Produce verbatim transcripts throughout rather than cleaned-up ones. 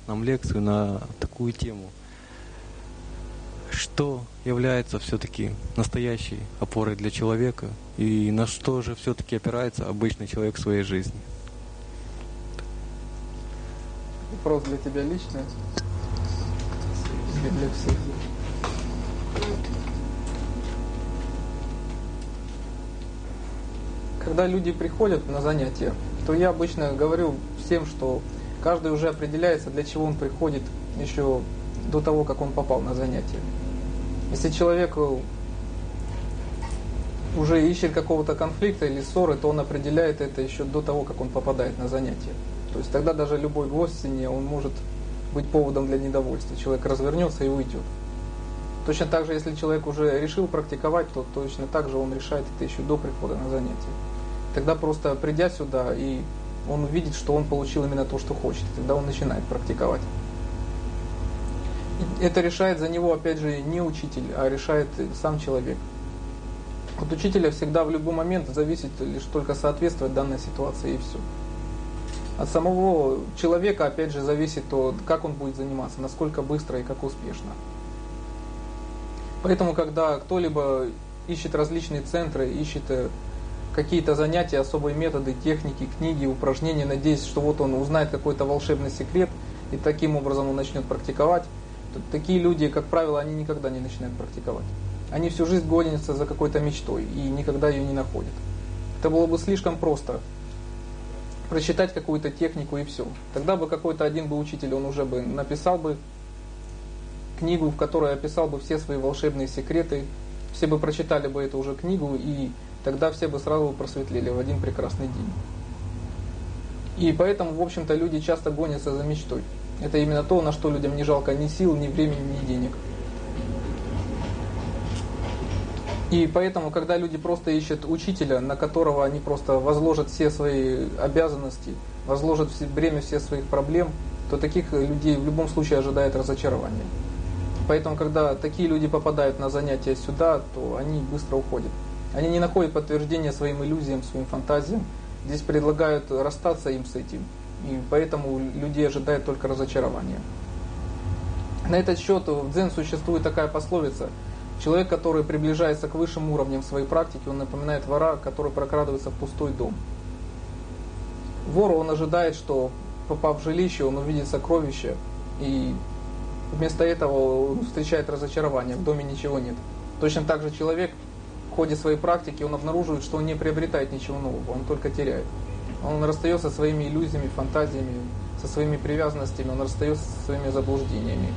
нам лекцию на такую тему. Что является все-таки настоящей опорой для человека и на что же все-таки опирается обычный человек в своей жизни? Вопрос для тебя лично или для всех? Когда люди приходят на занятия, то я обычно говорю всем, что каждый уже определяется, для чего он приходит еще до того, как он попал на занятия. Если человек уже ищет какого-то конфликта или ссоры, то он определяет это еще до того, как он попадает на занятия. То есть тогда даже любой гость в стене, он может быть поводом для недовольства. Человек развернется и уйдет. Точно так же, если человек уже решил практиковать, то точно так же он решает это еще до прихода на занятия. Тогда просто придя сюда, и он увидит, что он получил именно то, что хочет. Тогда он начинает практиковать. И это решает за него, опять же, не учитель, а решает сам человек. От учителя всегда в любой момент зависит лишь только соответствовать данной ситуации и все. От самого человека, опять же, зависит то, как он будет заниматься, насколько быстро и как успешно. Поэтому, когда кто-либо ищет различные центры, ищет какие-то занятия, особые методы, техники, книги, упражнения, надеясь, что вот он узнает какой-то волшебный секрет, и таким образом он начнет практиковать, то такие люди, как правило, они никогда не начинают практиковать. Они всю жизнь гонятся за какой-то мечтой и никогда ее не находят. Это было бы слишком просто. Прочитать какую-то технику и все. Тогда бы какой-то один бы учитель, он уже бы написал бы книгу, в которой описал бы все свои волшебные секреты, все бы прочитали бы эту уже книгу, и тогда все бы сразу просветлели в один прекрасный день. И поэтому, в общем-то, люди часто гонятся за мечтой. Это именно то, на что людям не жалко ни сил, ни времени, ни денег. И поэтому, когда люди просто ищут учителя, на которого они просто возложат все свои обязанности, возложат бремя всех своих проблем, то таких людей в любом случае ожидает разочарование. Поэтому, когда такие люди попадают на занятия сюда, то они быстро уходят. Они не находят подтверждения своим иллюзиям, своим фантазиям. Здесь предлагают расстаться им с этим. И поэтому людей ожидает только разочарование. На этот счет в дзен существует такая пословица: человек, который приближается к высшим уровням своей практики, он напоминает вора, который прокрадывается в пустой дом. Вор, он ожидает, что, попав в жилище, он увидит сокровища, и вместо этого он встречает разочарование, в доме ничего нет. Точно так же человек в ходе своей практики, он обнаруживает, что он не приобретает ничего нового, он только теряет. Он расстается со своими иллюзиями, фантазиями, со своими привязанностями, он расстается со своими заблуждениями.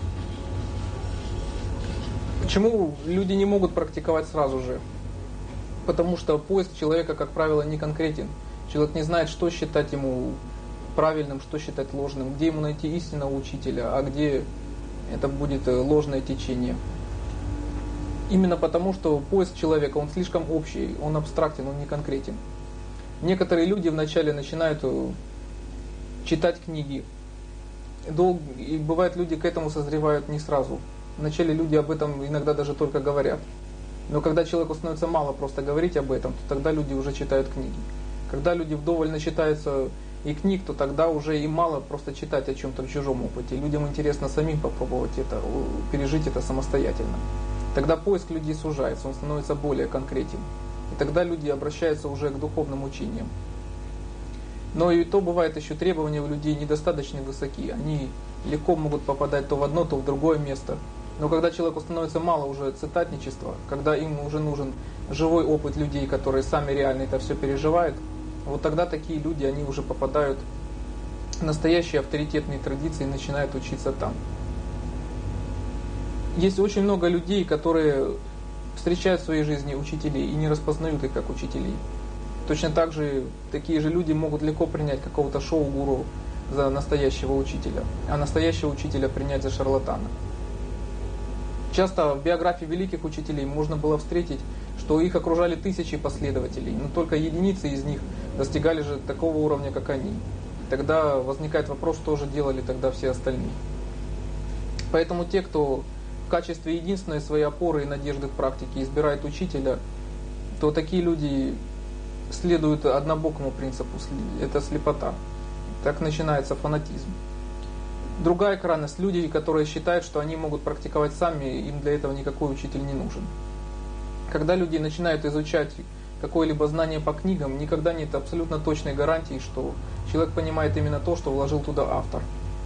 Почему люди не могут практиковать сразу же? Потому что поиск человека, как правило, не конкретен. Человек не знает, что считать ему правильным, что считать ложным, где ему найти истинного учителя, а где это будет ложное течение. Именно потому, что поиск человека, он слишком общий, он абстрактен, он не конкретен. Некоторые люди вначале начинают читать книги. И бывает, люди к этому созревают не сразу. Вначале люди об этом иногда даже только говорят. Но когда человеку становится мало просто говорить об этом, то тогда люди уже читают книги. Когда люди вдоволь начитаются и книг, то тогда уже им мало просто читать о чем-то в чужом опыте. Людям интересно самим попробовать это, пережить это самостоятельно. Тогда поиск людей сужается, он становится более конкретен. И тогда люди обращаются уже к духовным учениям. Но и то бывает еще требования у людей недостаточно высоки. Они легко могут попадать то в одно, то в другое место. Но когда человеку становится мало уже цитатничества, когда им уже нужен живой опыт людей, которые сами реально это все переживают, вот тогда такие люди, они уже попадают в настоящие авторитетные традиции и начинают учиться там. Есть очень много людей, которые встречают в своей жизни учителей и не распознают их как учителей. Точно так же такие же люди могут легко принять какого-то шоу-гуру за настоящего учителя, а настоящего учителя принять за шарлатана. Часто в биографии великих учителей можно было встретить, что их окружали тысячи последователей, но только единицы из них достигали же такого уровня, как они. Тогда возникает вопрос, что же делали тогда все остальные. Поэтому те, кто в качестве единственной своей опоры и надежды в практике избирает учителя, то такие люди следуют однобокому принципу, это слепота. Так начинается фанатизм. Другая крайность — люди, которые считают, что они могут практиковать сами, им для этого никакой учитель не нужен. Когда люди начинают изучать какое-либо знание по книгам, никогда нет абсолютно точной гарантии, что человек понимает именно то, что вложил туда автор.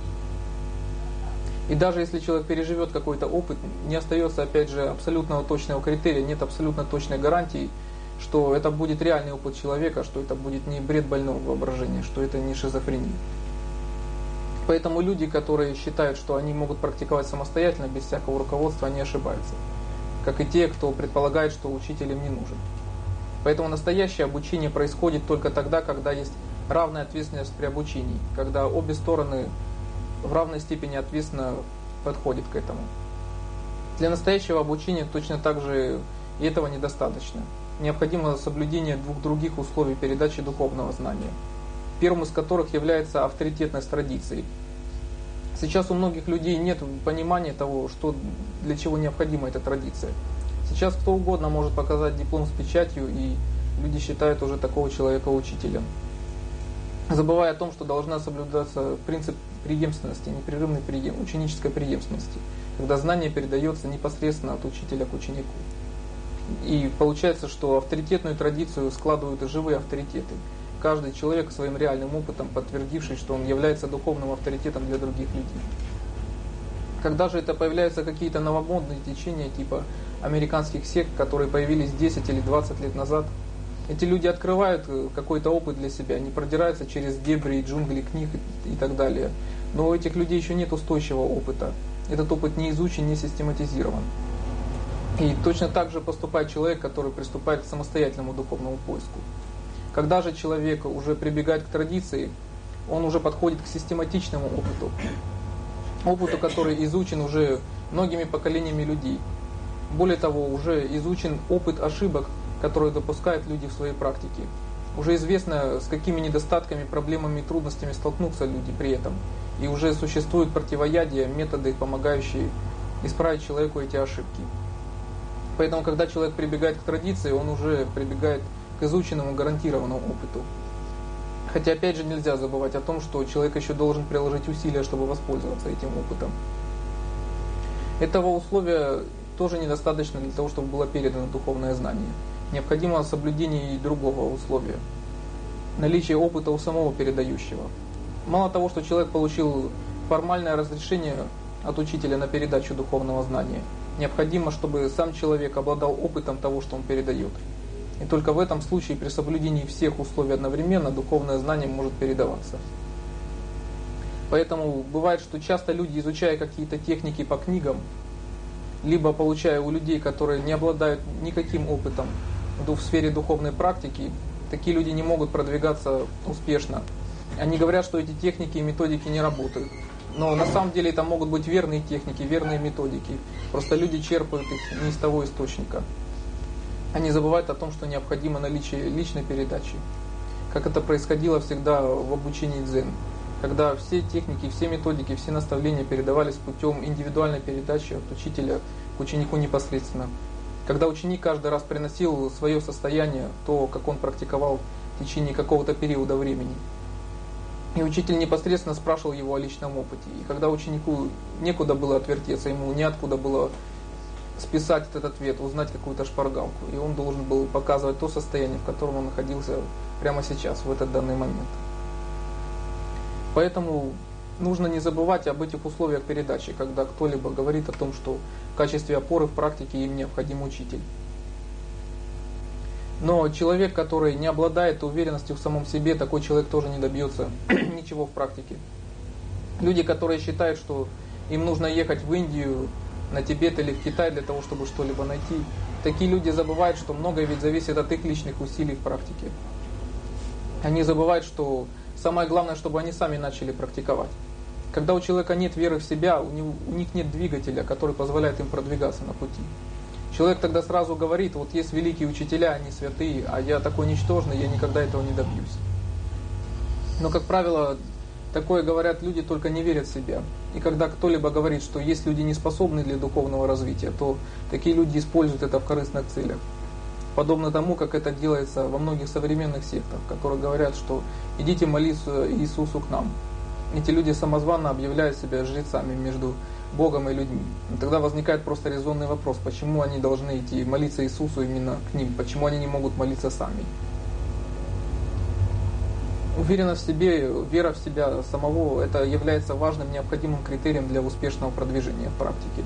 И даже если человек переживет какой-то опыт, не остается, опять же, абсолютного точного критерия, нет абсолютно точной гарантии, что это будет реальный опыт человека, что это будет не бред больного воображения, что это не шизофрения. Поэтому люди, которые считают, что они могут практиковать самостоятельно, без всякого руководства, они ошибаются. Как и те, кто предполагает, что учитель им не нужен. Поэтому настоящее обучение происходит только тогда, когда есть равная ответственность при обучении, когда обе стороны в равной степени ответственно подходят к этому. Для настоящего обучения точно так же и этого недостаточно. Необходимо соблюдение двух других условий передачи духовного знания, первым из которых является авторитетность традиции. Сейчас у многих людей нет понимания того, что, для чего необходима эта традиция. Сейчас кто угодно может показать диплом с печатью, и люди считают уже такого человека учителем, забывая о том, что должна соблюдаться принцип преемственности, непрерывной преем, ученической преемственности, когда знание передается непосредственно от учителя к ученику. И получается, что авторитетную традицию складывают и живые авторитеты. Каждый человек своим реальным опытом, подтвердивший, что он является духовным авторитетом для других людей. Когда же это появляются какие-то новомодные течения, типа американских сект, которые появились десять или двадцать лет назад, эти люди открывают какой-то опыт для себя, они продираются через дебри и джунгли книг и так далее. Но у этих людей еще нет устойчивого опыта. Этот опыт не изучен, не систематизирован. И точно так же поступает человек, который приступает к самостоятельному духовному поиску. Когда же человек уже прибегает к традиции, он уже подходит к систематичному опыту. Опыту, который изучен уже многими поколениями людей. Более того, уже изучен опыт ошибок, которые допускают люди в своей практике. Уже известно, с какими недостатками, проблемами и трудностями столкнутся люди при этом. И уже существуют противоядия, методы, помогающие исправить человеку эти ошибки. Поэтому, когда человек прибегает к традиции, он уже прибегает к изученному, гарантированному опыту. Хотя, опять же, нельзя забывать о том, что человек еще должен приложить усилия, чтобы воспользоваться этим опытом. Этого условия тоже недостаточно для того, чтобы было передано духовное знание. Необходимо соблюдение и другого условия. Наличие опыта у самого передающего. Мало того, что человек получил формальное разрешение от учителя на передачу духовного знания, необходимо, чтобы сам человек обладал опытом того, что он передает. И только в этом случае, при соблюдении всех условий одновременно, духовное знание может передаваться. Поэтому бывает, что часто люди, изучая какие-то техники по книгам, либо получая у людей, которые не обладают никаким опытом в сфере духовной практики, такие люди не могут продвигаться успешно. Они говорят, что эти техники и методики не работают. Но на самом деле это могут быть верные техники, верные методики. Просто люди черпают их не из того источника. Они забывают о том, что необходимо наличие личной передачи. Как это происходило всегда в обучении дзен. Когда все техники, все методики, все наставления передавались путем индивидуальной передачи от учителя к ученику непосредственно. Когда ученик каждый раз приносил свое состояние, то, как он практиковал в течение какого-то периода времени. И учитель непосредственно спрашивал его о личном опыте. И когда ученику некуда было отвертеться, ему неоткуда было списать этот ответ, узнать какую-то шпаргалку. И он должен был показывать то состояние, в котором он находился прямо сейчас, в этот данный момент. Поэтому нужно не забывать об этих условиях передачи, когда кто-либо говорит о том, что в качестве опоры в практике им необходим учитель. Но человек, который не обладает уверенностью в самом себе, такой человек тоже не добьется ничего в практике. Люди, которые считают, что им нужно ехать в Индию, на Тибет или в Китай для того, чтобы что-либо найти, такие люди забывают, что многое ведь зависит от их личных усилий в практике. Они забывают, что самое главное, чтобы они сами начали практиковать. Когда у человека нет веры в себя, у, него, у них нет двигателя, который позволяет им продвигаться на пути. Человек тогда сразу говорит, вот есть великие учителя, они святые, а я такой ничтожный, я никогда этого не добьюсь. Но, как правило, такое говорят люди, только не верят в себя. И когда кто-либо говорит, что есть люди не способные для духовного развития, то такие люди используют это в корыстных целях. Подобно тому, как это делается во многих современных сектах, которые говорят, что идите молиться Иисусу к нам. Эти люди самозванно объявляют себя жрецами между Богом и людьми. И тогда возникает просто резонный вопрос, почему они должны идти молиться Иисусу именно к ним, почему они не могут молиться сами. Уверенность в себе, вера в себя самого, это является важным, необходимым критерием для успешного продвижения в практике.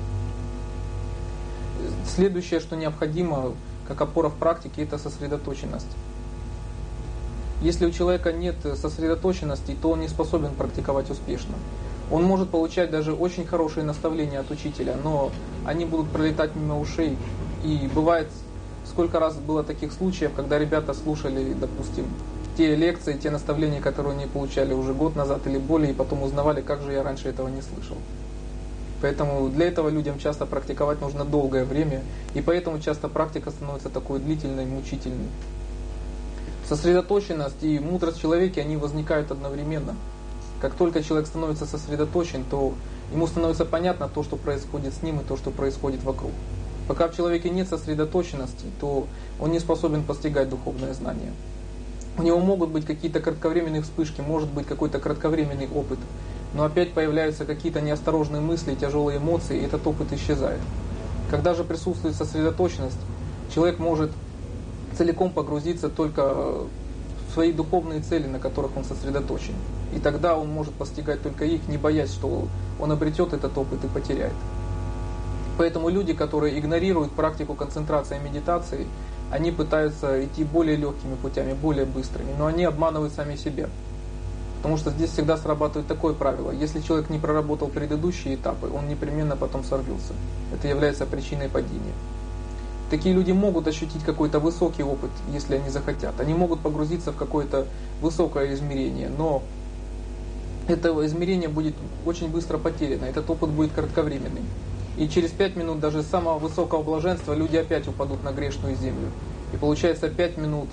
Следующее, что необходимо, как опора в практике, это сосредоточенность. Если у человека нет сосредоточенности, то он не способен практиковать успешно. Он может получать даже очень хорошие наставления от учителя, но они будут пролетать мимо ушей. И бывает, сколько раз было таких случаев, когда ребята слушали, допустим, те лекции, те наставления, которые они получали уже год назад или более, и потом узнавали, как же я раньше этого не слышал. Поэтому для этого людям часто практиковать нужно долгое время, и поэтому часто практика становится такой длительной, мучительной. Сосредоточенность и мудрость в человеке, они возникают одновременно. Как только человек становится сосредоточен, то ему становится понятно то, что происходит с ним и то, что происходит вокруг. Пока в человеке нет сосредоточенности, то он не способен постигать духовное знание. У него могут быть какие-то кратковременные вспышки, может быть какой-то кратковременный опыт, но опять появляются какие-то неосторожные мысли, тяжелые эмоции, и этот опыт исчезает. Когда же присутствует сосредоточенность, человек может целиком погрузиться только в свои духовные цели, на которых он сосредоточен. И тогда он может постигать только их, не боясь, что он обретет этот опыт и потеряет. Поэтому люди, которые игнорируют практику концентрации и медитации, они пытаются идти более легкими путями, более быстрыми, но они обманывают сами себя. Потому что здесь всегда срабатывает такое правило: если человек не проработал предыдущие этапы, он непременно потом сорвется. Это является причиной падения. Такие люди могут ощутить какой-то высокий опыт, если они захотят. Они могут погрузиться в какое-то высокое измерение, но это измерение будет очень быстро потеряно, этот опыт будет кратковременный. И через пять минут даже самого высокого блаженства люди опять упадут на грешную землю. И получается, пять минут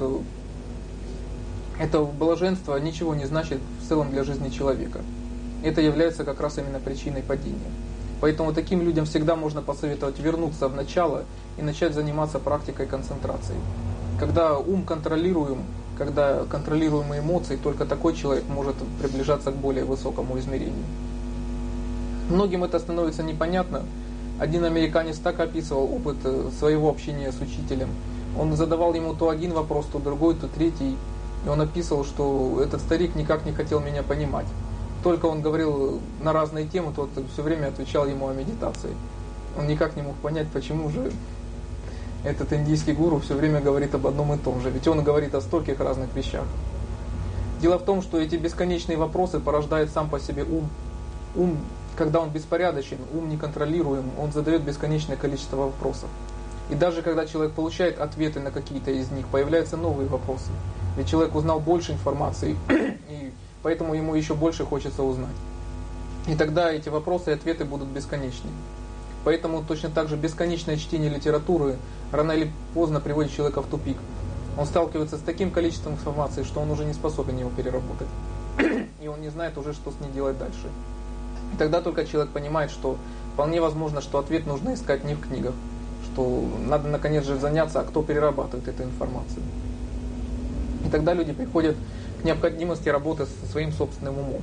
этого блаженства ничего не значит в целом для жизни человека. Это является как раз именно причиной падения. Поэтому таким людям всегда можно посоветовать вернуться в начало и начать заниматься практикой концентрации. Когда ум контролируем, когда контролируемые эмоции, только такой человек может приближаться к более высокому измерению. Многим это становится непонятно. Один американец так описывал опыт своего общения с учителем. Он задавал ему то один вопрос, то другой, то третий. И он описывал, что этот старик никак не хотел меня понимать. Только он говорил на разные темы, тот все время отвечал ему о медитации. Он никак не мог понять, почему же этот индийский гуру все время говорит об одном и том же. Ведь он говорит о стольких разных вещах. Дело в том, что эти бесконечные вопросы порождает сам по себе ум. Ум, когда он беспорядочен, ум неконтролируем, он задает бесконечное количество вопросов. И даже когда человек получает ответы на какие-то из них, появляются новые вопросы. Ведь человек узнал больше информации, и поэтому ему еще больше хочется узнать. И тогда эти вопросы и ответы будут бесконечны. Поэтому точно так же бесконечное чтение литературы рано или поздно приводит человека в тупик. Он сталкивается с таким количеством информации, что он уже не способен его переработать. И он не знает уже, что с ней делать дальше. И тогда только человек понимает, что вполне возможно, что ответ нужно искать не в книгах, что надо наконец же заняться, а кто перерабатывает эту информацию. И тогда люди приходят к необходимости работы со своим собственным умом.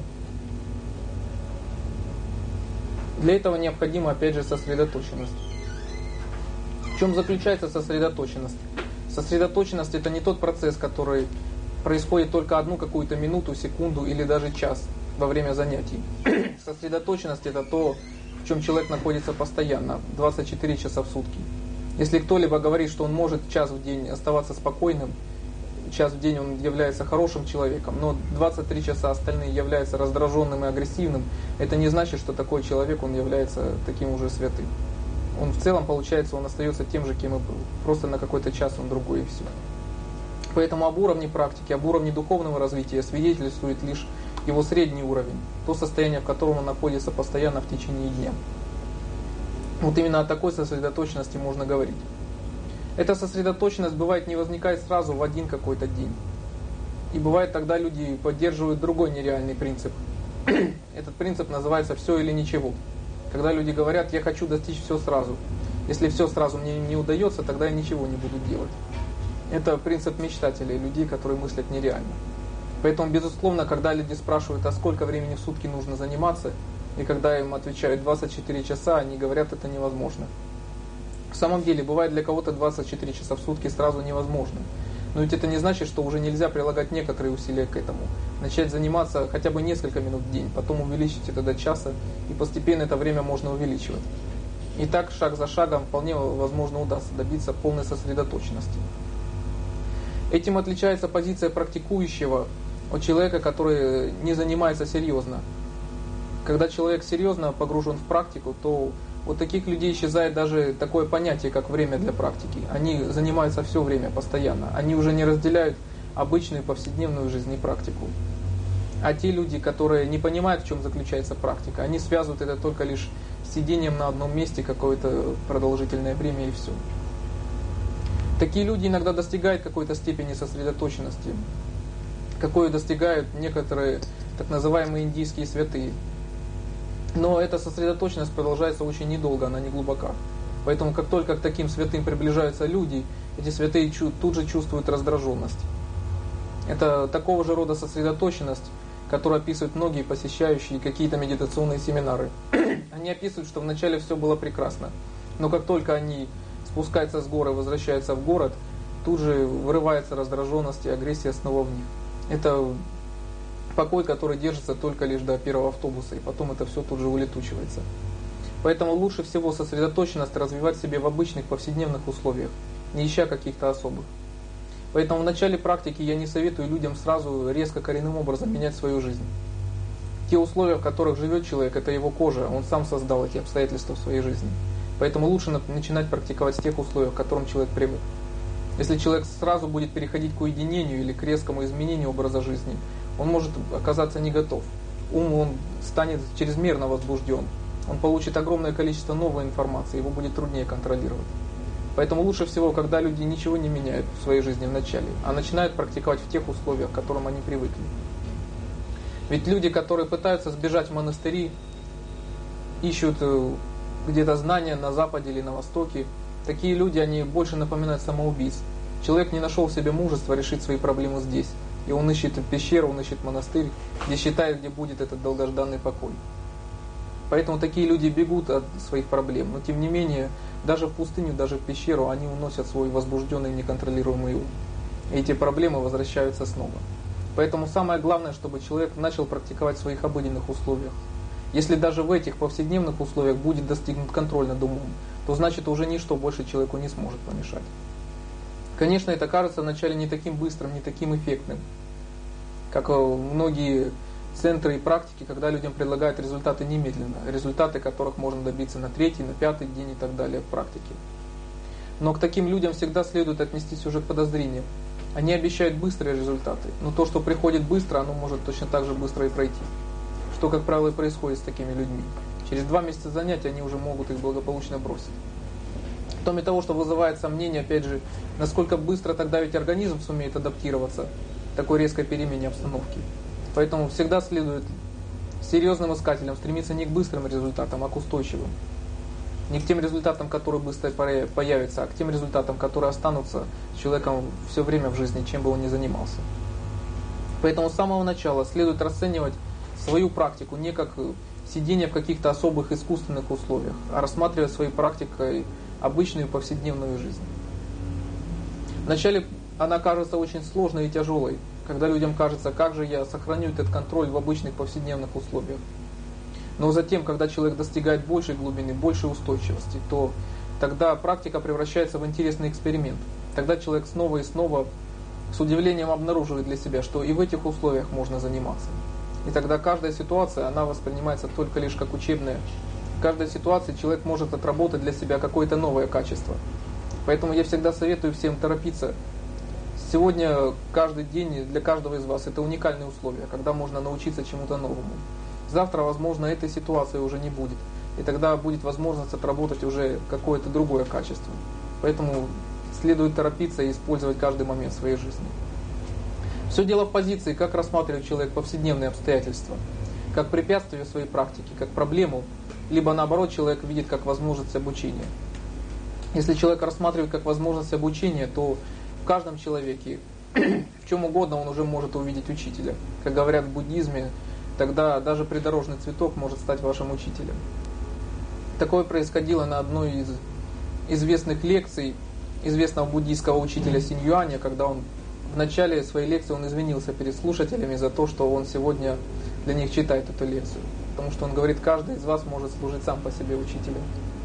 Для этого необходима, опять же, сосредоточенность. В чем заключается сосредоточенность? Сосредоточенность – это не тот процесс, который происходит только одну какую-то минуту, секунду или даже час во время занятий. Сосредоточенность – это то, в чем человек находится постоянно, двадцать четыре часа в сутки. Если кто-либо говорит, что он может час в день оставаться спокойным, час в день он является хорошим человеком, но двадцать три часа остальные являются раздраженным и агрессивным, это не значит, что такой человек, он является таким уже святым. Он в целом, получается, он остается тем же, кем и был. Просто на какой-то час он другой и все. Поэтому об уровне практики, об уровне духовного развития свидетельствует лишь его средний уровень, то состояние, в котором он находится постоянно в течение дня. Вот именно о такой сосредоточенности можно говорить. Эта сосредоточенность бывает не возникает сразу в один какой-то день. И бывает тогда люди поддерживают другой нереальный принцип. Этот принцип называется «все или ничего». Когда люди говорят: я хочу достичь все сразу. Если все сразу мне не удается, тогда я ничего не буду делать. Это принцип мечтателей, людей, которые мыслят нереально. Поэтому, безусловно, когда люди спрашивают, а сколько времени в сутки нужно заниматься, и когда им отвечают двадцать четыре часа, они говорят, это невозможно. В самом деле, бывает для кого-то двадцать четыре часа в сутки сразу невозможно. Но ведь это не значит, что уже нельзя прилагать некоторые усилия к этому. Начать заниматься хотя бы несколько минут в день, потом увеличить это до часа, и постепенно это время можно увеличивать. И так, шаг за шагом, вполне возможно удастся добиться полной сосредоточенности. Этим отличается позиция практикующего от человека, который не занимается серьезно. Когда человек серьезно погружен в практику, то у таких людей исчезает даже такое понятие, как время для практики. Они занимаются все время, постоянно. Они уже не разделяют обычную повседневную жизнь и практику. А те люди, которые не понимают, в чем заключается практика, они связывают это только лишь с сидением на одном месте какое-то продолжительное время и все. Такие люди иногда достигают какой-то степени сосредоточенности, какой достигают некоторые так называемые индийские святые. Но эта сосредоточенность продолжается очень недолго, она не глубока. Поэтому как только к таким святым приближаются люди, эти святые тут же чувствуют раздраженность. Это такого же рода сосредоточенность, которую описывают многие посещающие какие-то медитационные семинары. Они описывают, что вначале все было прекрасно, но как только они спускаются с горы и возвращаются в город, тут же вырывается раздраженность и агрессия снова в них. Это покой, который держится только лишь до первого автобуса, и потом это все тут же улетучивается. Поэтому лучше всего сосредоточенность развивать в себе в обычных повседневных условиях, не ища каких-то особых. Поэтому в начале практики я не советую людям сразу резко коренным образом менять свою жизнь. Те условия, в которых живет человек, это его кожа, он сам создал эти обстоятельства в своей жизни. Поэтому лучше начинать практиковать с тех условий, к которым человек привык. Если человек сразу будет переходить к уединению или к резкому изменению образа жизни, он может оказаться не готов. Ум он станет чрезмерно возбужден. Он получит огромное количество новой информации, его будет труднее контролировать. Поэтому лучше всего, когда люди ничего не меняют в своей жизни вначале, а начинают практиковать в тех условиях, к которым они привыкли. Ведь люди, которые пытаются сбежать в монастыри, ищут где-то знания на Западе или на Востоке, такие люди, они больше напоминают самоубийц. Человек не нашел в себе мужества решить свои проблемы здесь. И он ищет пещеру, он ищет монастырь, где считает, где будет этот долгожданный покой. Поэтому такие люди бегут от своих проблем. Но тем не менее, даже в пустыню, даже в пещеру, они уносят свой возбужденный, неконтролируемый ум. И эти проблемы возвращаются снова. Поэтому самое главное, чтобы человек начал практиковать в своих обыденных условиях. Если даже в этих повседневных условиях будет достигнут контроль над умом, то значит уже ничто больше человеку не сможет помешать. Конечно, это кажется вначале не таким быстрым, не таким эффектным, как многие центры и практики, когда людям предлагают результаты немедленно, результаты которых можно добиться на третий, на пятый день и так далее в практике. Но к таким людям всегда следует отнестись уже к подозрениям. Они обещают быстрые результаты, но то, что приходит быстро, оно может точно так же быстро и пройти. Что, как правило, и происходит с такими людьми. Через два месяца занятий они уже могут их благополучно бросить. Кроме того, что вызывает сомнение, опять же, насколько быстро тогда ведь организм сумеет адаптироваться к такой резкой перемене обстановки. Поэтому всегда следует серьезным искателям стремиться не к быстрым результатам, а к устойчивым. Не к тем результатам, которые быстро появятся, а к тем результатам, которые останутся с человеком все время в жизни, чем бы он ни занимался. Поэтому с самого начала следует расценивать свою практику не как сидение в каких-то особых искусственных условиях, а рассматривать своей практикой обычную повседневную жизнь. Вначале она кажется очень сложной и тяжелой, когда людям кажется, как же я сохраню этот контроль в обычных повседневных условиях. Но затем, когда человек достигает большей глубины, большей устойчивости, то тогда практика превращается в интересный эксперимент. Тогда человек снова и снова с удивлением обнаруживает для себя, что и в этих условиях можно заниматься. И тогда каждая ситуация, она воспринимается только лишь как учебная. В каждой ситуации человек может отработать для себя какое-то новое качество. Поэтому я всегда советую всем торопиться. Сегодня каждый день для каждого из вас это уникальные условия, когда можно научиться чему-то новому. Завтра, возможно, этой ситуации уже не будет. И тогда будет возможность отработать уже какое-то другое качество. Поэтому следует торопиться и использовать каждый момент своей жизни. Все дело в позиции, как рассматривает человек повседневные обстоятельства, как препятствие в своей практике, как проблему, либо наоборот человек видит как возможность обучения. Если человек рассматривает как возможность обучения, то в каждом человеке в чем угодно он уже может увидеть учителя. Как говорят в буддизме, тогда даже придорожный цветок может стать вашим учителем. Такое происходило на одной из известных лекций известного буддийского учителя Синьюаня, когда он в начале своей лекции он извинился перед слушателями за то, что он сегодня для них читает эту лекцию. Потому что он говорит, каждый из вас может служить сам по себе учителем.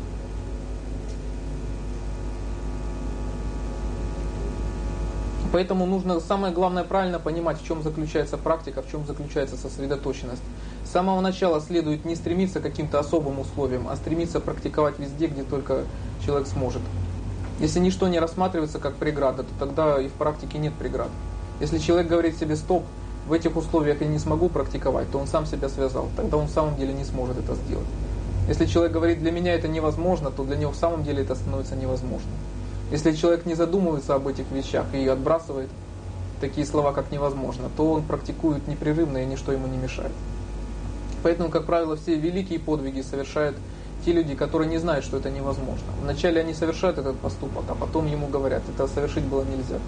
Поэтому нужно, самое главное, правильно понимать, в чем заключается практика, в чем заключается сосредоточенность. С самого начала следует не стремиться к каким-то особым условиям, а стремиться практиковать везде, где только человек сможет. Если ничто не рассматривается как преграда, то тогда и в практике нет преград. Если человек говорит себе «стоп, в этих условиях я не смогу практиковать», то он сам себя связал, тогда он в самом деле не сможет это сделать. Если человек говорит «для меня это невозможно», то для него в самом деле это становится невозможным. Если человек не задумывается об этих вещах и отбрасывает такие слова, как «невозможно», то он практикует непрерывно и ничто ему не мешает. Поэтому, как правило, все великие подвиги совершают те люди, которые не знают, что это невозможно. Вначале они совершают этот поступок, а потом ему говорят, это совершить было нельзя.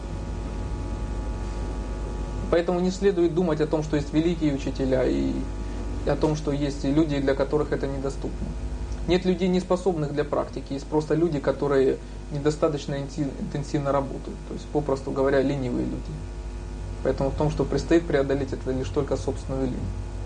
Поэтому не следует думать о том, что есть великие учителя, и о том, что есть люди, для которых это недоступно. Нет людей, не способных для практики, есть просто люди, которые недостаточно интенсивно работают. То есть, попросту говоря, ленивые люди. Поэтому в том, что предстоит преодолеть, это лишь только собственную лень.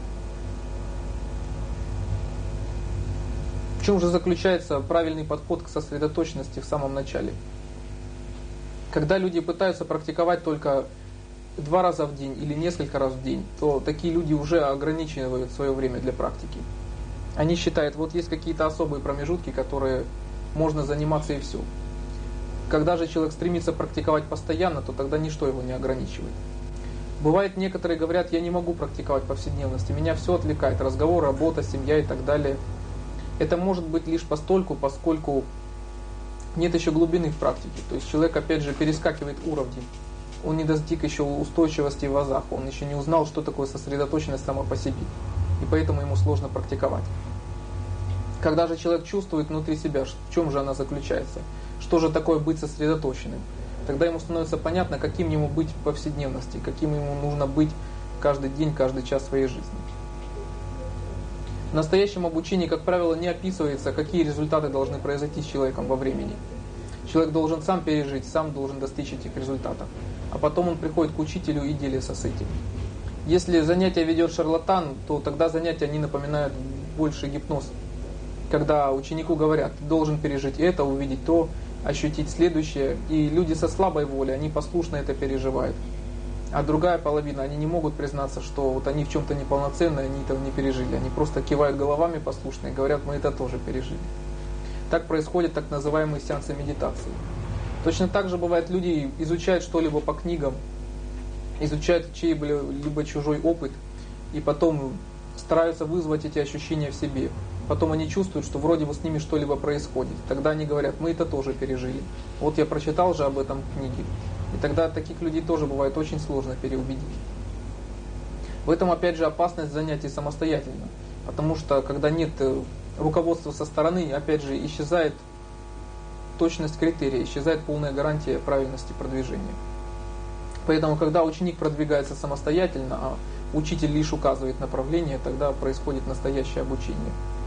В чем же заключается правильный подход к сосредоточенности в самом начале? Когда люди пытаются практиковать только два раза в день или несколько раз в день, то такие люди уже ограничивают свое время для практики. Они считают, вот есть какие-то особые промежутки, которые можно заниматься и все. Когда же человек стремится практиковать постоянно, то тогда ничто его не ограничивает. Бывает, некоторые говорят, я не могу практиковать повседневности, меня все отвлекает, разговор, работа, семья и так далее. Это может быть лишь постольку, поскольку нет еще глубины в практике. То есть человек, опять же, перескакивает уровни. Он не достиг еще устойчивости в азах, он еще не узнал, что такое сосредоточенность сама по себе. И поэтому ему сложно практиковать. Когда же человек чувствует внутри себя, в чем же она заключается, что же такое быть сосредоточенным, тогда ему становится понятно, каким ему быть в повседневности, каким ему нужно быть каждый день, каждый час своей жизни. В настоящем обучении, как правило, не описывается, какие результаты должны произойти с человеком во времени. Человек должен сам пережить, сам должен достичь этих результатов. А потом он приходит к учителю и делится с этим. Если занятие ведет шарлатан, то тогда занятия они напоминают больше гипноз. Когда ученику говорят, ты должен пережить это, увидеть то, ощутить следующее. И люди со слабой волей, они послушно это переживают. А другая половина, они не могут признаться, что вот они в чем-то неполноценны, они этого не пережили. Они просто кивают головами послушно и говорят, мы это тоже пережили. Так происходят так называемые сеансы медитации. Точно так же бывает, люди изучают что-либо по книгам, изучают чей-либо чужой опыт, и потом стараются вызвать эти ощущения в себе. Потом они чувствуют, что вроде бы с ними что-либо происходит. Тогда они говорят, мы это тоже пережили. Вот я прочитал же об этом в книге. И тогда таких людей тоже бывает очень сложно переубедить. В этом опять же опасность занятий самостоятельно. Потому что когда нет руководства со стороны, опять же исчезает точность критерия, исчезает полная гарантия правильности продвижения. Поэтому когда ученик продвигается самостоятельно, а учитель лишь указывает направление, тогда происходит настоящее обучение.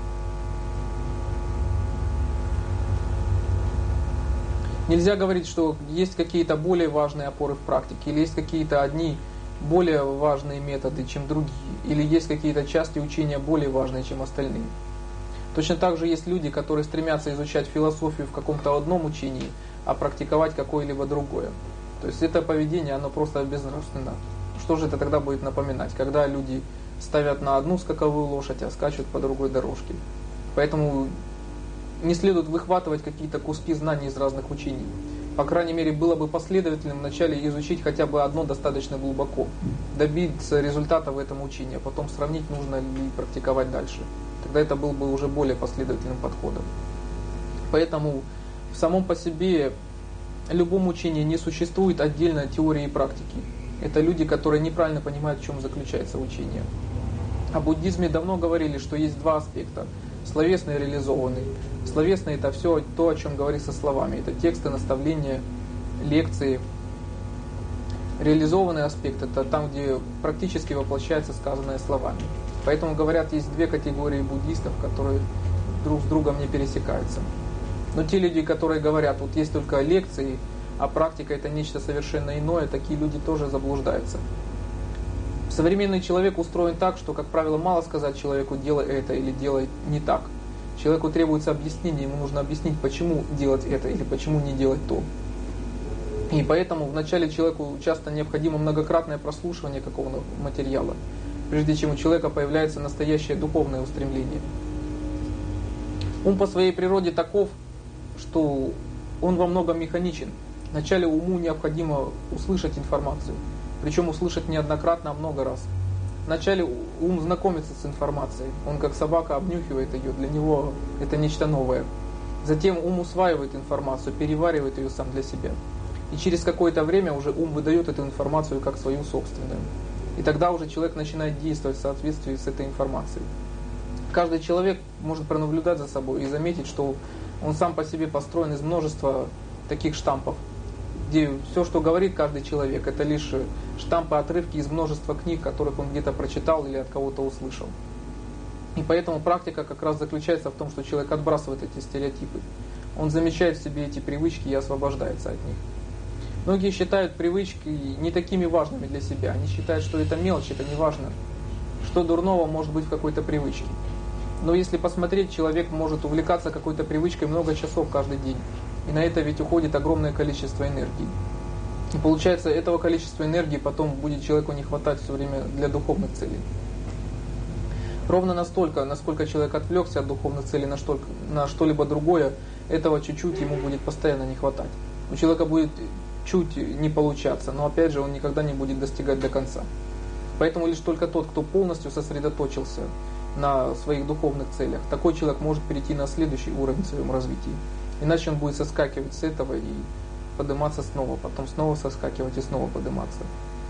Нельзя говорить, что есть какие-то более важные опоры в практике, или есть какие-то одни более важные методы, чем другие, или есть какие-то части учения более важные, чем остальные. Точно так же есть люди, которые стремятся изучать философию в каком-то одном учении, а практиковать какое-либо другое. То есть это поведение, оно просто безнравственно. Что же это тогда будет напоминать, когда люди ставят на одну скаковую лошадь, а скачут по другой дорожке? Поэтому не следует выхватывать какие-то куски знаний из разных учений. По крайней мере, было бы последовательным вначале изучить хотя бы одно достаточно глубоко, добиться результата в этом учении, а потом сравнить, нужно ли практиковать дальше. Тогда это был бы уже более последовательным подходом. Поэтому в самом по себе любом учении не существует отдельной теории и практики. Это люди, которые неправильно понимают, в чем заключается учение. О буддизме давно говорили, что есть два аспекта. Словесный и реализованный. Словесный — это все то, о чем говорится словами. Это тексты, наставления, лекции. Реализованный аспект – это там, где практически воплощается сказанное словами. Поэтому, говорят, есть две категории буддистов, которые друг с другом не пересекаются. Но те люди, которые говорят, вот есть только лекции, а практика – это нечто совершенно иное, такие люди тоже заблуждаются. Современный человек устроен так, что, как правило, мало сказать человеку «делай это» или «делай не так». Человеку требуется объяснение, ему нужно объяснить, почему делать это или почему не делать то. И поэтому вначале человеку часто необходимо многократное прослушивание какого-то материала, прежде чем у человека появляется настоящее духовное устремление. Ум по своей природе таков, что он во многом механичен. Вначале уму необходимо услышать информацию, причем услышать неоднократно, а много раз. Вначале ум знакомится с информацией, он как собака обнюхивает ее, для него это нечто новое. Затем ум усваивает информацию, переваривает ее сам для себя. И через какое-то время уже ум выдает эту информацию как свою собственную. И тогда уже человек начинает действовать в соответствии с этой информацией. Каждый человек может пронаблюдать за собой и заметить, что он сам по себе построен из множества таких штампов, где все, что говорит каждый человек, это лишь штампы, отрывки из множества книг, которых он где-то прочитал или от кого-то услышал. И поэтому практика как раз заключается в том, что человек отбрасывает эти стереотипы. Он замечает в себе эти привычки и освобождается от них. Многие считают привычки не такими важными для себя. Они считают, что это мелочь, это не важно. Что дурного может быть в какой-то привычке. Но если посмотреть, человек может увлекаться какой-то привычкой много часов каждый день. И на это ведь уходит огромное количество энергии. И получается, этого количества энергии потом будет человеку не хватать все время для духовных целей. Ровно настолько, насколько человек отвлекся от духовных целей на, что, на что-либо другое, этого чуть-чуть ему будет постоянно не хватать. У человека будет чуть не получаться, но опять же он никогда не будет достигать до конца. Поэтому лишь только тот, кто полностью сосредоточился на своих духовных целях, такой человек может перейти на следующий уровень в своем развитии. Иначе он будет соскакивать с этого и подниматься снова, потом снова соскакивать и снова подниматься.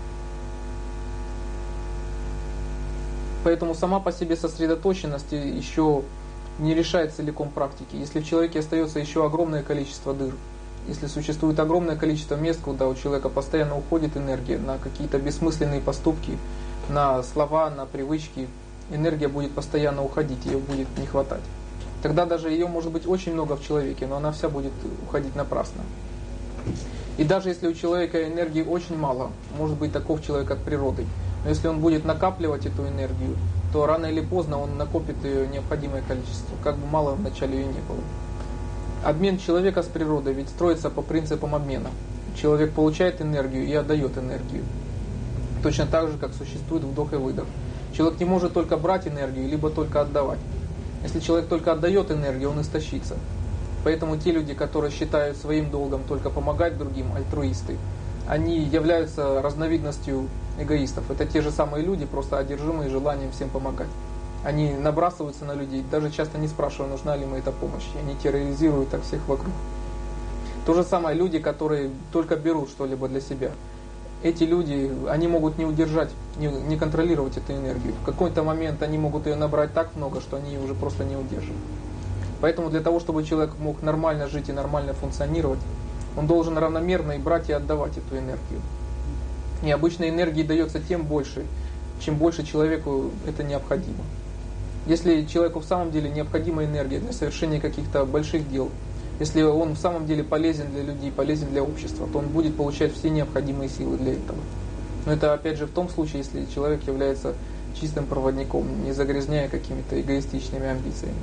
Поэтому сама по себе сосредоточенность еще не решает целиком практики. Если в человеке остается еще огромное количество дыр, если существует огромное количество мест, куда у человека постоянно уходит энергия на какие-то бессмысленные поступки, на слова, на привычки, энергия будет постоянно уходить, ее будет не хватать. Тогда даже ее может быть очень много в человеке, но она вся будет уходить напрасно. И даже если у человека энергии очень мало, может быть таков человек от природы, но если он будет накапливать эту энергию, то рано или поздно он накопит ее необходимое количество, как бы мало вначале ее не было. Обмен человека с природой ведь строится по принципам обмена. Человек получает энергию и отдает энергию. Точно так же, как существует вдох и выдох. Человек не может только брать энергию, либо только отдавать. Если человек только отдает энергию, он истощится. Поэтому те люди, которые считают своим долгом только помогать другим, альтруисты, они являются разновидностью эгоистов. Это те же самые люди, просто одержимые желанием всем помогать. Они набрасываются на людей, даже часто не спрашивая, нужна ли им эта помощь. И они терроризируют так всех вокруг. То же самое люди, которые только берут что-либо для себя. Эти люди, они могут не удержать, не, не контролировать эту энергию. В какой-то момент они могут ее набрать так много, что они ее уже просто не удерживают. Поэтому для того, чтобы человек мог нормально жить и нормально функционировать, он должен равномерно и брать и отдавать эту энергию. И обычно энергии дается тем больше, чем больше человеку это необходимо. Если человеку в самом деле необходима энергия для совершения каких-то больших дел, если он в самом деле полезен для людей, полезен для общества, то он будет получать все необходимые силы для этого. Но это опять же в том случае, если человек является чистым проводником, не загрязняя какими-то эгоистичными амбициями.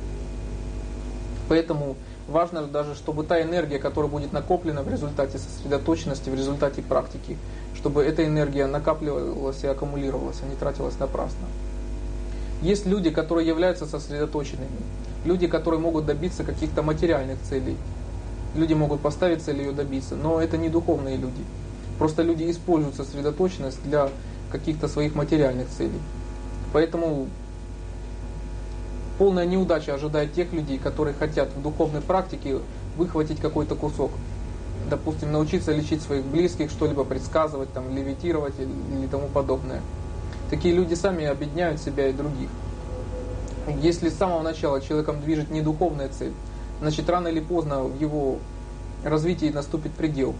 Поэтому важно даже, чтобы та энергия, которая будет накоплена в результате сосредоточенности, в результате практики, чтобы эта энергия накапливалась и аккумулировалась, а не тратилась напрасно. Есть люди, которые являются сосредоточенными, люди, которые могут добиться каких-то материальных целей. Люди могут поставить цель ее добиться, но это не духовные люди. Просто люди используют сосредоточенность для каких-то своих материальных целей. Поэтому полная неудача ожидает тех людей, которые хотят в духовной практике выхватить какой-то кусок. Допустим, научиться лечить своих близких, что-либо предсказывать, там, левитировать или, или тому подобное. Такие люди сами обедняют себя и других. Если с самого начала человеком движет не духовная цель, значит рано или поздно в его развитии наступит предел.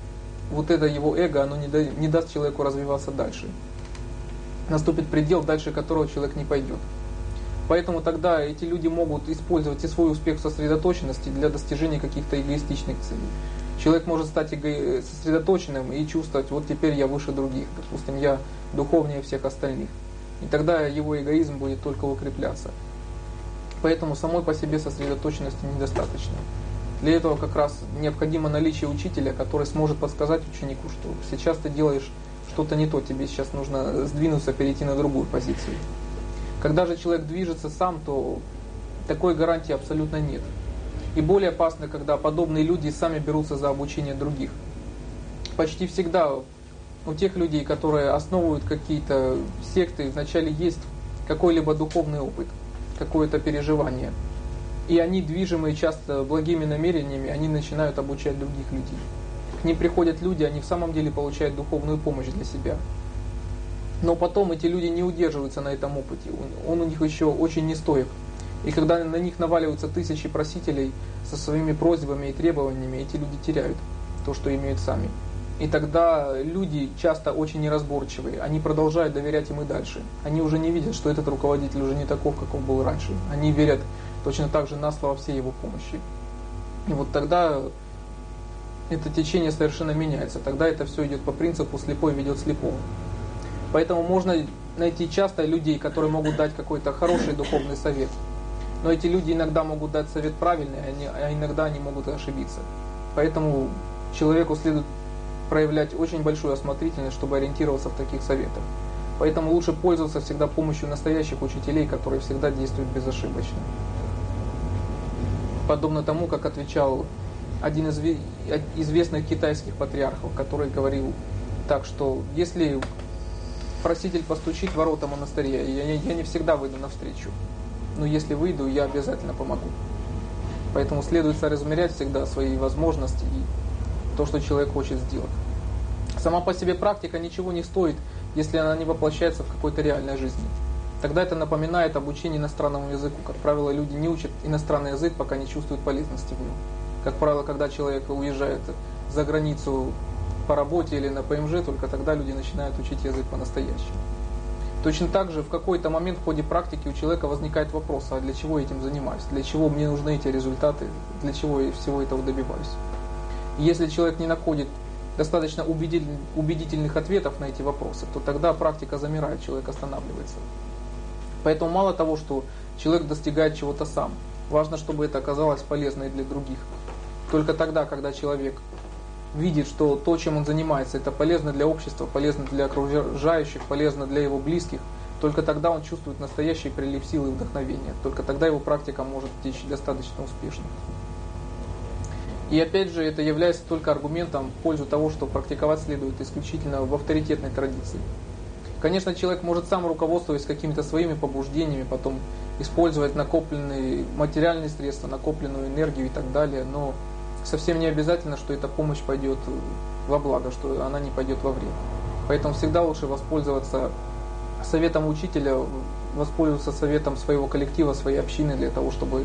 вот это его эго, оно не, да, не даст человеку развиваться дальше. Наступит предел, дальше которого человек не пойдет. Поэтому тогда эти люди могут использовать и свой успех в сосредоточенности для достижения каких-то эгоистичных целей. Человек может стать эго- сосредоточенным и чувствовать, вот теперь я выше других, допустим, я духовнее всех остальных. И тогда его эгоизм будет только укрепляться. Поэтому самой по себе сосредоточенности недостаточно. Для этого как раз необходимо наличие учителя, который сможет подсказать ученику, что сейчас ты делаешь что-то не то, тебе сейчас нужно сдвинуться, перейти на другую позицию. Когда же человек движется сам, то такой гарантии абсолютно нет. И более опасно, когда подобные люди сами берутся за обучение других. Почти всегда у тех людей, которые основывают какие-то секты, вначале есть какой-либо духовный опыт, какое-то переживание. И они, движимые часто благими намерениями, они начинают обучать других людей. К ним приходят люди, они в самом деле получают духовную помощь для себя. Но потом эти люди не удерживаются на этом опыте, он у них еще очень нестоек. И когда на них наваливаются тысячи просителей со своими просьбами и требованиями, эти люди теряют то, что имеют сами. И тогда люди часто очень неразборчивые, они продолжают доверять им и дальше. Они уже не видят, что этот руководитель уже не таков, как он был раньше. Они верят точно так же на слово всей его помощи. И вот тогда это течение совершенно меняется. Тогда это все идет по принципу «слепой ведет слепого». Поэтому можно найти часто людей, которые могут дать какой-то хороший духовный совет. Но эти люди иногда могут дать совет правильный, а иногда они могут ошибиться. Поэтому человеку следует проявлять очень большую осмотрительность, чтобы ориентироваться в таких советах. Поэтому лучше пользоваться всегда помощью настоящих учителей, которые всегда действуют безошибочно. Подобно тому, как отвечал один из известных китайских патриархов, который говорил так, что если проситель постучит в ворота монастыря, я, я не всегда выйду навстречу, но если выйду, я обязательно помогу. Поэтому следует соразмерять всегда свои возможности и то, что человек хочет сделать. Сама по себе практика ничего не стоит, если она не воплощается в какой-то реальной жизни. Тогда это напоминает обучение иностранному языку. Как правило, люди не учат иностранный язык, пока не чувствуют полезности в нем. Как правило, когда человек уезжает за границу по работе или на ПМЖ, только тогда люди начинают учить язык по-настоящему. Точно так же в какой-то момент в ходе практики у человека возникает вопрос, а для чего я этим занимаюсь? Для чего мне нужны эти результаты? Для чего я всего этого добиваюсь? И если человек не находит достаточно убедительных ответов на эти вопросы, то тогда практика замирает, человек останавливается. Поэтому мало того, что человек достигает чего-то сам, важно, чтобы это оказалось полезно и для других. Только тогда, когда человек видит, что то, чем он занимается, это полезно для общества, полезно для окружающих, полезно для его близких, только тогда он чувствует настоящий прилив силы и вдохновения. Только тогда его практика может течь достаточно успешно. И опять же, это является только аргументом в пользу того, что практиковать следует исключительно в авторитетной традиции. Конечно, человек может сам, руководствуясь какими-то своими побуждениями, потом использовать накопленные материальные средства, накопленную энергию и так далее, но совсем не обязательно, что эта помощь пойдет во благо, что она не пойдет во вред. Поэтому всегда лучше воспользоваться советом учителя, воспользоваться советом своего коллектива, своей общины для того, чтобы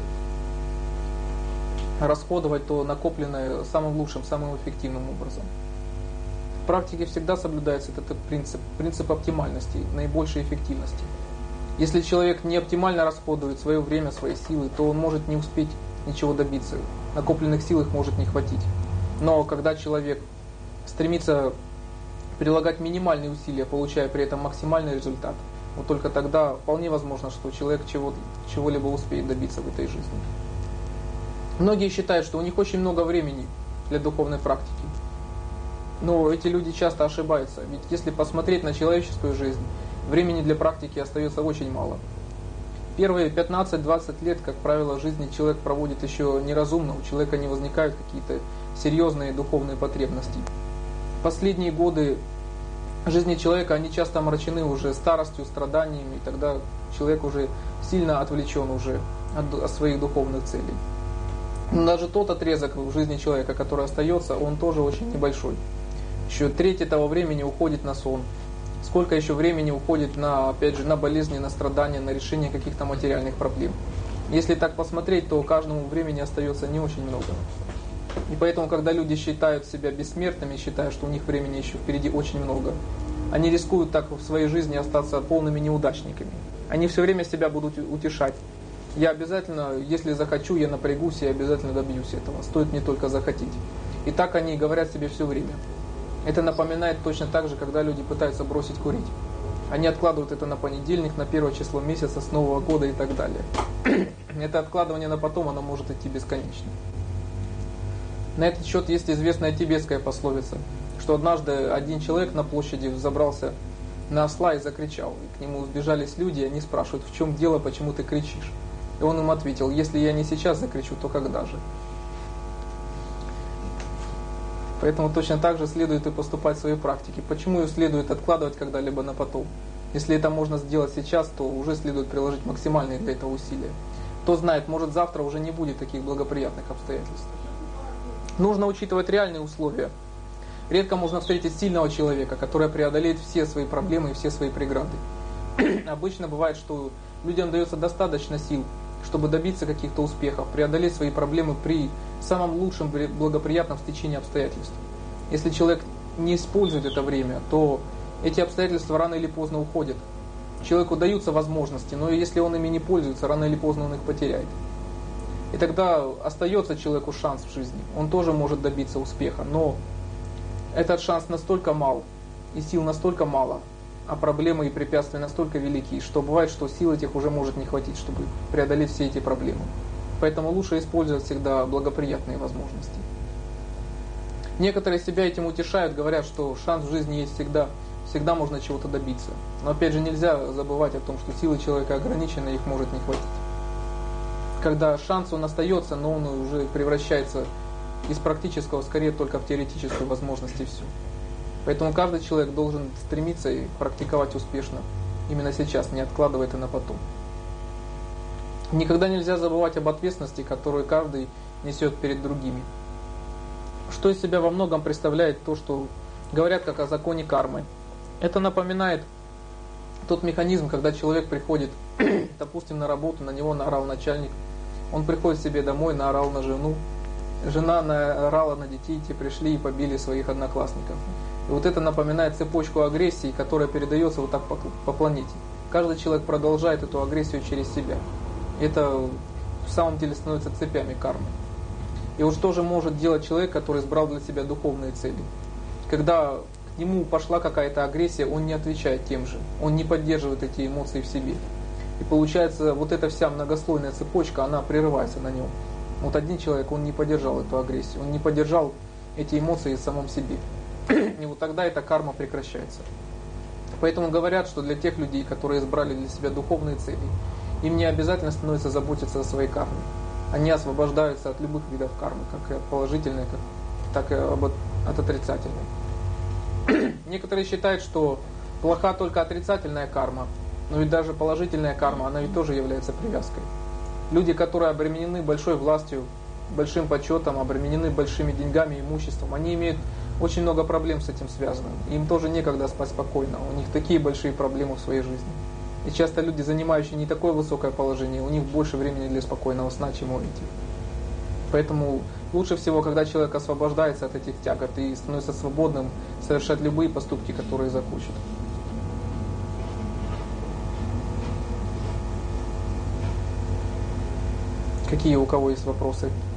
расходовать то накопленное самым лучшим, самым эффективным образом. В практике всегда соблюдается этот принцип, принцип оптимальности, наибольшей эффективности. Если человек не оптимально расходует свое время, свои силы, то он может не успеть ничего добиться. Накопленных сил их может не хватить. Но когда человек стремится прилагать минимальные усилия, получая при этом максимальный результат, вот только тогда вполне возможно, что человек чего, чего-либо успеет добиться в этой жизни. Многие считают, что у них очень много времени для духовной практики. Но эти люди часто ошибаются. Ведь если посмотреть на человеческую жизнь, времени для практики остается очень мало. Первые пятнадцать-двадцать лет, как правило, жизни человек проводит еще неразумно, у человека не возникают какие-то серьезные духовные потребности. Последние годы жизни человека, они часто омрачены уже старостью, страданиями, и тогда человек уже сильно отвлечен уже от, от своих духовных целей. Но даже тот отрезок в жизни человека, который остается, он тоже очень небольшой. Еще треть этого времени уходит на сон. Сколько еще времени уходит на, опять же, на болезни, на страдания, на решение каких-то материальных проблем. Если так посмотреть, то каждому времени остается не очень много. И поэтому, когда люди считают себя бессмертными, считают, что у них времени еще впереди очень много, они рискуют так в своей жизни остаться полными неудачниками. Они все время себя будут утешать. Я обязательно, если захочу, я напрягусь и обязательно добьюсь этого. Стоит мне только захотеть. И так они говорят себе все время. Это напоминает точно так же, когда люди пытаются бросить курить. Они откладывают это на понедельник, на первое число месяца, с Нового года и так далее. Это откладывание на потом, оно может идти бесконечно. На этот счет есть известная тибетская пословица, что однажды один человек на площади взобрался на осла и закричал. И к нему сбежались люди, и они спрашивают, в чем дело, почему ты кричишь? И он им ответил, если я не сейчас закричу, то когда же? Поэтому точно так же следует и поступать в своей практике. Почему ее следует откладывать когда-либо на потом? Если это можно сделать сейчас, то уже следует приложить максимальные для этого усилия. Кто знает, может завтра уже не будет таких благоприятных обстоятельств. Нужно учитывать реальные условия. Редко можно встретить сильного человека, который преодолеет все свои проблемы и все свои преграды. Обычно бывает, что людям дается достаточно сил, чтобы добиться каких-то успехов, преодолеть свои проблемы при самом лучшем благоприятном стечении обстоятельств. Если человек не использует это время, то эти обстоятельства рано или поздно уходят. Человеку даются возможности, но если он ими не пользуется, рано или поздно он их потеряет. И тогда остается человеку шанс в жизни. Он тоже может добиться успеха, но этот шанс настолько мал, и сил настолько мало, а проблемы и препятствия настолько велики, что бывает, что сил этих уже может не хватить, чтобы преодолеть все эти проблемы. Поэтому лучше использовать всегда благоприятные возможности. Некоторые себя этим утешают, говорят, что шанс в жизни есть всегда, всегда можно чего-то добиться. Но опять же нельзя забывать о том, что силы человека ограничены, их может не хватить. Когда шанс он остается, но он уже превращается из практического скорее только в теоретическую возможность и все. Поэтому каждый человек должен стремиться и практиковать успешно именно сейчас, не откладывая это на потом. Никогда нельзя забывать об ответственности, которую каждый несет перед другими. Что из себя во многом представляет то, что говорят как о законе кармы. Это напоминает тот механизм, когда человек приходит, допустим, на работу, на него наорал начальник, он приходит к себе домой, наорал на жену, жена наорала на детей, те пришли и побили своих одноклассников. И вот это напоминает цепочку агрессии, которая передается вот так по, по планете. Каждый человек продолжает эту агрессию через себя. Это в самом деле становится цепями кармы. И вот что же может делать человек, который избрал для себя духовные цели? Когда к нему пошла какая-то агрессия, он не отвечает тем же. Он не поддерживает эти эмоции в себе. И получается, вот эта вся многослойная цепочка, она прерывается на нем. Вот один человек, он не поддержал эту агрессию, он не поддержал эти эмоции в самом себе. И вот тогда эта карма прекращается. Поэтому говорят, что для тех людей, которые избрали для себя духовные цели, им не обязательно становится заботиться о своей карме. Они освобождаются от любых видов кармы, как от положительной, так и от отрицательной. Некоторые считают, что плоха только отрицательная карма, но ведь даже положительная карма, она ведь тоже является привязкой. Люди, которые обременены большой властью, большим почетом, обременены большими деньгами, имуществом, они имеют очень много проблем с этим связанным. Им тоже некогда спать спокойно, у них такие большие проблемы в своей жизни. И часто люди, занимающие не такое высокое положение, у них больше времени для спокойного сна, чем у этих. Поэтому лучше всего, когда человек освобождается от этих тягот и становится свободным, совершать любые поступки, которые захочет. Какие у кого есть вопросы?